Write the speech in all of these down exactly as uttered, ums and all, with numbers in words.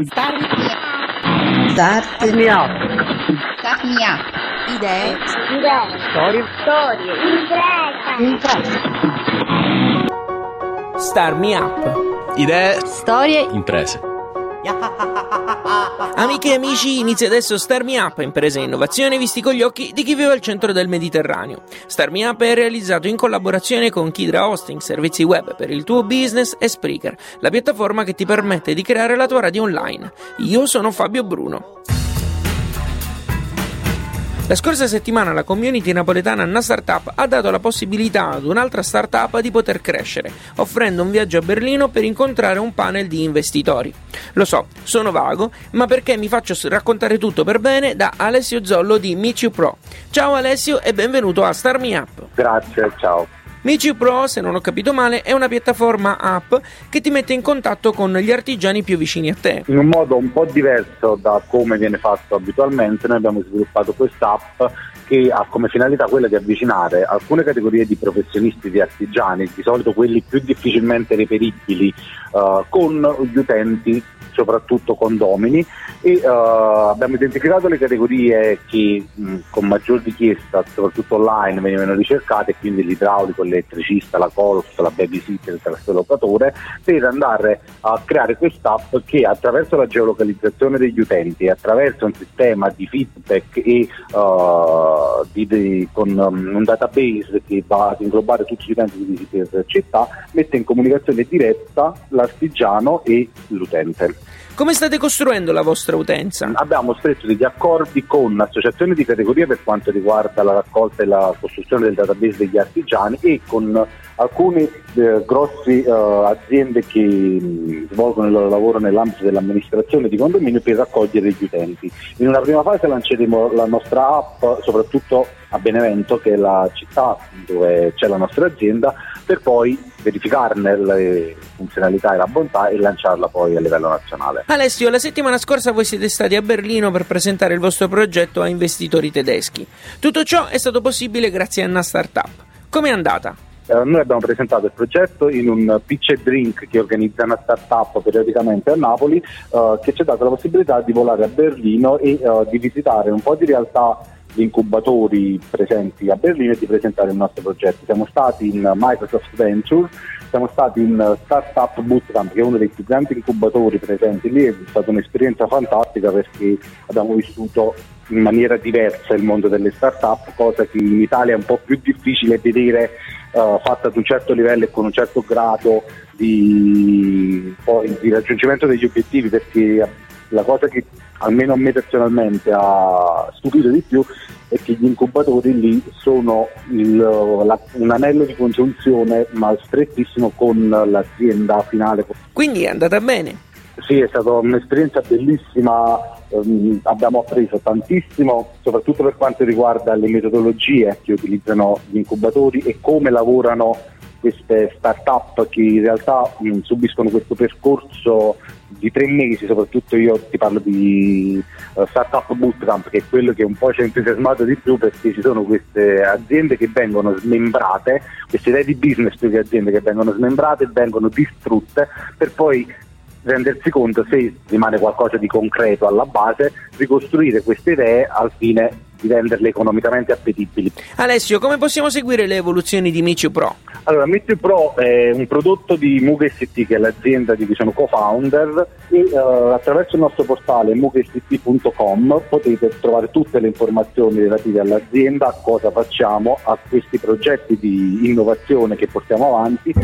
Start me up. Start me up. Start me up. Idee. Idee. Storie. Storie. Imprese. Imprese. Start me up. Idee. Storie. Imprese. Amiche e amici, inizia adesso Start Me Up, impresa e innovazione visti con gli occhi di chi vive al centro del Mediterraneo. Start Me Up è realizzato in collaborazione con Kidra Hosting, servizi web per il tuo business e Spreaker, la piattaforma che ti permette di creare la tua radio online. Io sono Fabio Bruno. La scorsa settimana la community napoletana Anna Startup ha dato la possibilità ad un'altra startup di poter crescere, offrendo un viaggio a Berlino per incontrare un panel di investitori. Lo so, sono vago, ma perché mi faccio raccontare tutto per bene da Alessio Zollo di Meet You Pro. Ciao Alessio e benvenuto a Start Me Up. Grazie, ciao. Meet You Pro, se non ho capito male, è una piattaforma app che ti mette in contatto con gli artigiani più vicini a te. In un modo un po' diverso da come viene fatto abitualmente, noi abbiamo sviluppato quest'app che ha come finalità quella di avvicinare alcune categorie di professionisti, di artigiani, di solito quelli più difficilmente reperibili, uh, con gli utenti, soprattutto condomini, e uh, abbiamo identificato le categorie che mh, con maggior richiesta, soprattutto online, venivano ricercate, quindi l'idraulico, l'elettricista, la colf, la babysitter, il trasferoperatore, per andare a creare quest'app che attraverso la geolocalizzazione degli utenti, attraverso un sistema di feedback e uh, di, di, con um, un database che va ad inglobare tutti gli utenti di visite città, mette in comunicazione diretta l'artigiano e l'utente. Come state costruendo la vostra utenza? Abbiamo stretto degli accordi con associazioni di categoria per quanto riguarda la raccolta e la costruzione del database degli artigiani e con alcune eh, grosse eh, aziende che mh, svolgono il loro lavoro nell'ambito dell'amministrazione di condominio per raccogliere gli utenti. In una prima fase lanceremo la nostra app soprattutto a Benevento, che è la città dove c'è la nostra azienda, per poi verificarne le funzionalità e la bontà e lanciarla poi a livello nazionale. Alessio, la settimana scorsa voi siete stati a Berlino per presentare il vostro progetto a investitori tedeschi. Tutto ciò è stato possibile grazie a Anna Startup. Com'è andata? Uh, noi abbiamo presentato il progetto in un pitch and drink che organizza una startup periodicamente a Napoli, uh, che ci ha dato la possibilità di volare a Berlino e uh, di visitare un po' di realtà di incubatori presenti a Berlino e di presentare il nostro progetto. Siamo stati in Microsoft Venture, siamo stati in Startup Bootcamp, che è uno dei più grandi incubatori presenti lì. È stata un'esperienza fantastica perché abbiamo vissuto in maniera diversa il mondo delle startup, cosa che in Italia è un po' più difficile vedere uh, fatta ad un certo livello e con un certo grado di, poi, di raggiungimento degli obiettivi, perché la cosa che almeno a me personalmente ha stupito di più è che gli incubatori lì sono il, la, un anello di congiunzione ma strettissimo con l'azienda finale. Quindi è andata bene? Sì, è stata un'esperienza bellissima, um, abbiamo appreso tantissimo, soprattutto per quanto riguarda le metodologie che utilizzano gli incubatori e come lavorano queste start-up che in realtà mh, subiscono questo percorso di tre mesi, soprattutto io ti parlo di uh, Startup Bootcamp, che è quello che un po' ci ha entusiasmato di più, perché ci sono queste aziende che vengono smembrate, queste idee di business più che aziende che vengono smembrate e vengono distrutte per poi rendersi conto, se rimane qualcosa di concreto alla base, ricostruire queste idee al fine di renderle economicamente appetibili. Alessio, come possiamo seguire le evoluzioni di Meet You Pro? Allora, Meet You Pro è un prodotto di Muga S T, che è l'azienda di cui sono co-founder, e uh, attraverso il nostro portale muga s t punto com potete trovare tutte le informazioni relative all'azienda, a cosa facciamo, a questi progetti di innovazione che portiamo avanti.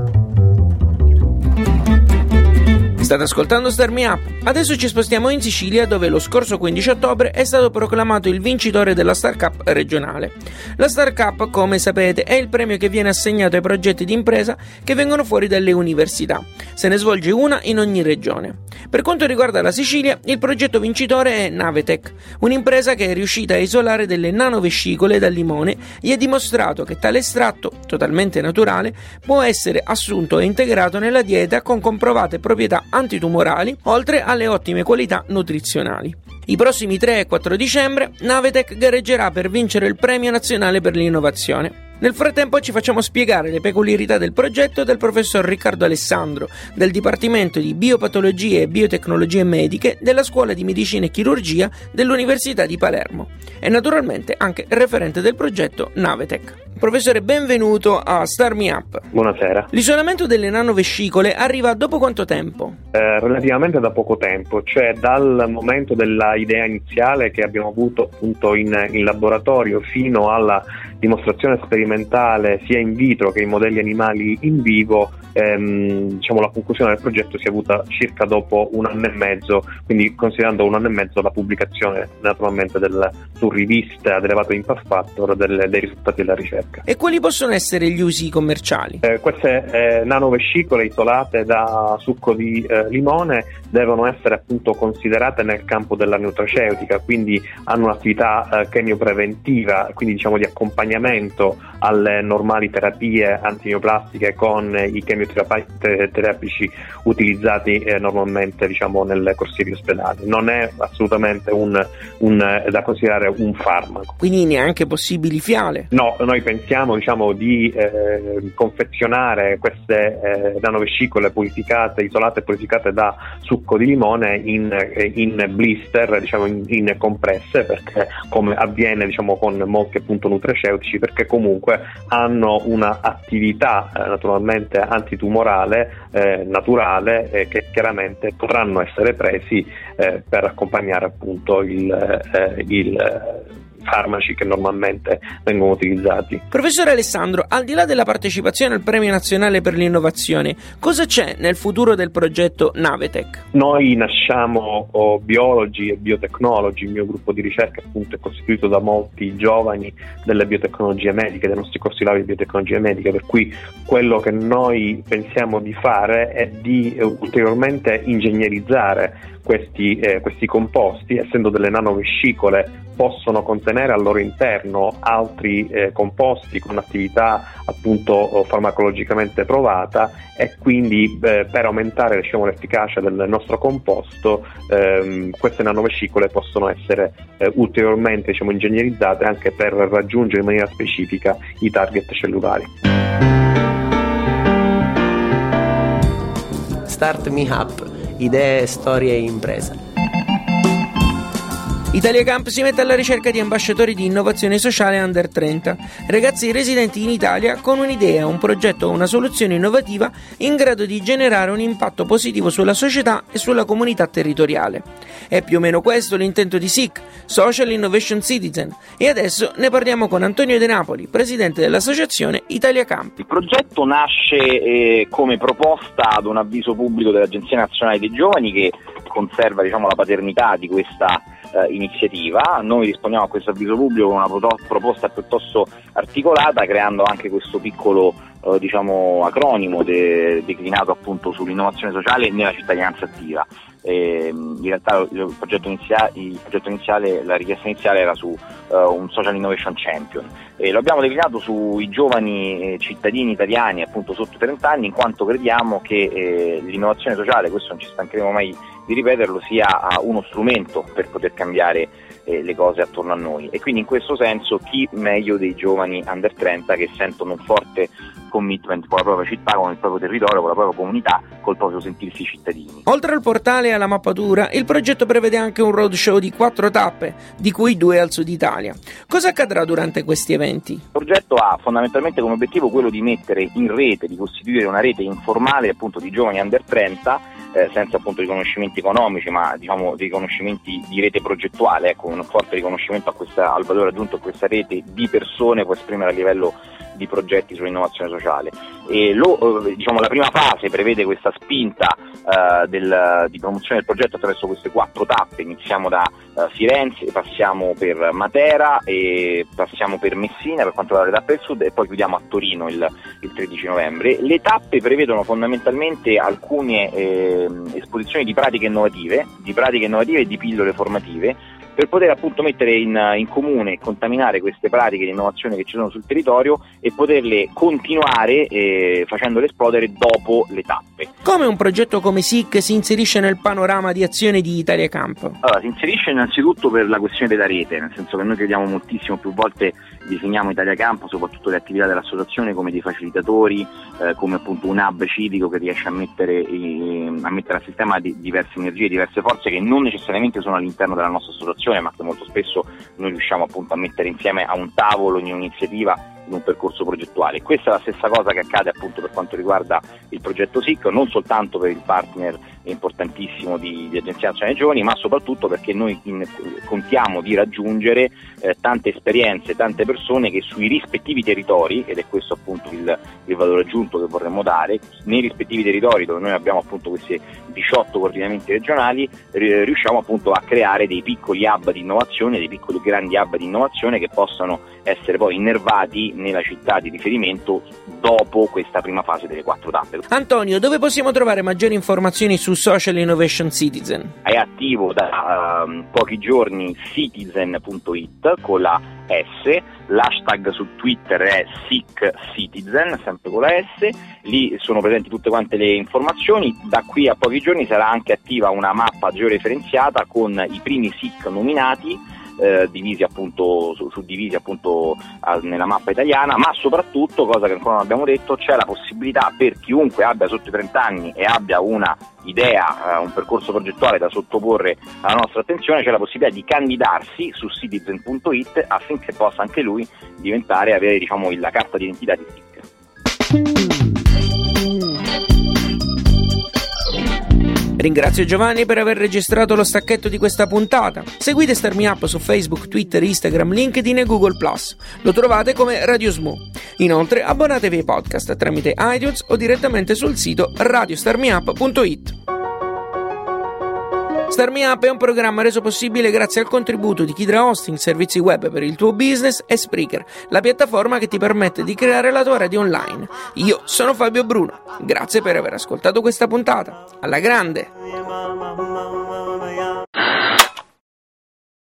State ascoltando Start Me Up. Adesso ci spostiamo in Sicilia, dove lo scorso quindici ottobre è stato proclamato il vincitore della Star Cup regionale. La Star Cup, come sapete, è il premio che viene assegnato ai progetti di impresa che vengono fuori dalle università. Se ne svolge una in ogni regione. Per quanto riguarda la Sicilia, il progetto vincitore è Navetech, un'impresa che è riuscita a isolare delle nanovescicole dal limone e ha dimostrato che tale estratto, totalmente naturale, può essere assunto e integrato nella dieta con comprovate proprietà antitumorali, oltre alle ottime qualità nutrizionali. I prossimi tre e quattro dicembre Navetech gareggerà per vincere il Premio Nazionale per l'Innovazione. Nel frattempo ci facciamo spiegare le peculiarità del progetto dal professor Riccardo Alessandro, del Dipartimento di Biopatologie e Biotecnologie Mediche della Scuola di Medicina e Chirurgia dell'Università di Palermo e naturalmente anche referente del progetto Navetech. Professore, benvenuto a Start Me Up. Buonasera. L'isolamento delle nanovescicole arriva dopo quanto tempo? Eh, relativamente da poco tempo, cioè dal momento della idea iniziale che abbiamo avuto appunto in, in laboratorio fino alla dimostrazione sperimentale sia in vitro che in modelli animali in vivo. Ehm, diciamo la conclusione del progetto si è avuta circa dopo un anno e mezzo, quindi considerando un anno e mezzo la pubblicazione naturalmente del, su riviste ad elevato impact factor del, dei risultati della ricerca. E quali possono essere gli usi commerciali? Eh, queste eh, nanovescicole isolate da succo di eh, limone devono essere appunto considerate nel campo della nutraceutica, quindi hanno un'attività eh, chemiopreventiva, quindi diciamo di accompagnamento alle normali terapie antineoplastiche con i chemioterapici utilizzati eh, normalmente diciamo nelle corsie ospedali. Non è assolutamente un, un, da considerare un farmaco. Quindi neanche possibili fiale? No, noi pensiamo diciamo di eh, confezionare queste eh, nanovescicole purificate, isolate e purificate da succo di limone in, eh, in blister, diciamo in, in compresse, perché come avviene diciamo con molti appunto nutraceutici, perché comunque hanno una attività eh, naturalmente antitumorale eh, naturale eh, che chiaramente potranno essere presi eh, per accompagnare appunto il, eh, il eh, farmaci che normalmente vengono utilizzati. Professore Alessandro, al di là della partecipazione al Premio Nazionale per l'Innovazione, cosa c'è nel futuro del progetto Navetech? Noi nasciamo oh, biologi e biotecnologi, il mio gruppo di ricerca appunto è costituito da molti giovani delle biotecnologie mediche, dei nostri corsi laurea di biotecnologie mediche, per cui quello che noi pensiamo di fare è di eh, ulteriormente ingegnerizzare questi, eh, questi composti, essendo delle nanovescicole possono contenere al loro interno altri eh, composti con attività appunto farmacologicamente provata, e quindi eh, per aumentare diciamo, l'efficacia del nostro composto ehm, queste nanovescicole possono essere eh, ulteriormente diciamo, ingegnerizzate anche per raggiungere in maniera specifica i target cellulari. Start Me Up, idee, storie e imprese. Italia-Camp si mette alla ricerca di ambasciatori di innovazione sociale under trenta, ragazzi residenti in Italia con un'idea, un progetto o una soluzione innovativa in grado di generare un impatto positivo sulla società e sulla comunità territoriale. È più o meno questo l'intento di S I C, Social Innovation Citizen, e adesso ne parliamo con Antonio De Napoli, presidente dell'associazione Italia-Camp. Il progetto nasce eh, come proposta ad un avviso pubblico dell'Agenzia Nazionale dei Giovani che conserva diciamo, la paternità di questa eh, iniziativa. Noi rispondiamo a questo avviso pubblico con una pro- proposta piuttosto articolata, creando anche questo piccolo eh, diciamo, acronimo de- declinato appunto sull'innovazione sociale nella cittadinanza attiva. Eh, in realtà il progetto, inizia- il progetto iniziale, la richiesta iniziale era su uh, un Social Innovation Champion, e lo abbiamo declinato sui giovani eh, cittadini italiani appunto sotto i trenta anni, in quanto crediamo che eh, l'innovazione sociale, questo non ci stancheremo mai di ripeterlo, sia uh, uno strumento per poter cambiare eh, le cose attorno a noi, e quindi in questo senso chi meglio dei giovani under trenta che sentono un forte commitment con la propria città, con il proprio territorio, con la propria comunità, col proprio sentirsi cittadini. Oltre al portale e alla mappatura, il progetto prevede anche un roadshow di quattro tappe, di cui due al sud Italia. Cosa accadrà durante questi eventi? Il progetto ha fondamentalmente come obiettivo quello di mettere in rete, di costituire una rete informale appunto di giovani under trenta, eh, senza appunto riconoscimenti economici, ma diciamo riconoscimenti di rete progettuale, ecco, un forte riconoscimento a questa, al valore aggiunto a questa rete di persone può esprimere a livello di progetti sull'innovazione sociale. E lo, diciamo, la prima fase prevede questa spinta uh, del, di promozione del progetto attraverso queste quattro tappe. Iniziamo da uh, Firenze, passiamo per Matera e passiamo per Messina per quanto riguarda le tappe del sud, e poi chiudiamo a Torino il, il tredici novembre. Le tappe prevedono fondamentalmente alcune eh, esposizioni di pratiche innovative, di pratiche innovative e di pillole formative, per poter appunto mettere in, in comune e contaminare queste pratiche di innovazione che ci sono sul territorio e poterle continuare eh, facendole esplodere dopo le tappe. Come un progetto come S I C si inserisce nel panorama di azione di Italia Camp? Allora, si inserisce innanzitutto per la questione della rete, nel senso che noi crediamo moltissimo, più volte definiamo Italia Camp, soprattutto le attività dell'associazione, come dei facilitatori, eh, come appunto un hub civico che riesce a mettere, eh, a mettere a sistema di diverse energie, diverse forze che non necessariamente sono all'interno della nostra associazione, ma che molto spesso noi riusciamo appunto a mettere insieme a un tavolo, in un'iniziativa, in un percorso progettuale. Questa è la stessa cosa che accade appunto per quanto riguarda il progetto S I C, non soltanto per il partner importantissimo di, di Agenzia Nazionale Giovani, ma soprattutto perché noi in, contiamo di raggiungere eh, tante esperienze, tante persone che sui rispettivi territori, ed è questo appunto il, il valore aggiunto che vorremmo dare, nei rispettivi territori dove noi abbiamo appunto questi diciotto coordinamenti regionali, eh, riusciamo appunto a creare dei piccoli hub di innovazione, dei piccoli grandi hub di innovazione che possano essere poi innervati nella città di riferimento dopo questa prima fase delle quattro tappe. Antonio, dove possiamo trovare maggiori informazioni su Social Innovation Citizen? È attivo da uh, pochi giorni citizen punto it con la S, l'hashtag su Twitter è S I C Citizen, sempre con la S, lì sono presenti tutte quante le informazioni. Da qui a pochi giorni sarà anche attiva una mappa georeferenziata con i primi S I C nominati, Eh, divisi appunto su, suddivisi appunto a, nella mappa italiana, ma soprattutto, cosa che ancora non abbiamo detto, c'è la possibilità per chiunque abbia sotto i trenta anni e abbia una idea, eh, un percorso progettuale da sottoporre alla nostra attenzione, c'è la possibilità di candidarsi su citizen punto it affinché possa anche lui diventare, avere diciamo la carta d'identità di S I C. Ringrazio Giovanni per aver registrato lo stacchetto di questa puntata. Seguite Start Me Up su Facebook, Twitter, Instagram, LinkedIn e Google plus. Lo trovate come Radio S M U. Inoltre abbonatevi ai podcast tramite iTunes o direttamente sul sito radio start me up punto it. Start Me Up è un programma reso possibile grazie al contributo di Kidra Hosting, servizi web per il tuo business, e Spreaker, la piattaforma che ti permette di creare la tua radio online. Io sono Fabio Bruno. Grazie per aver ascoltato questa puntata. Alla grande!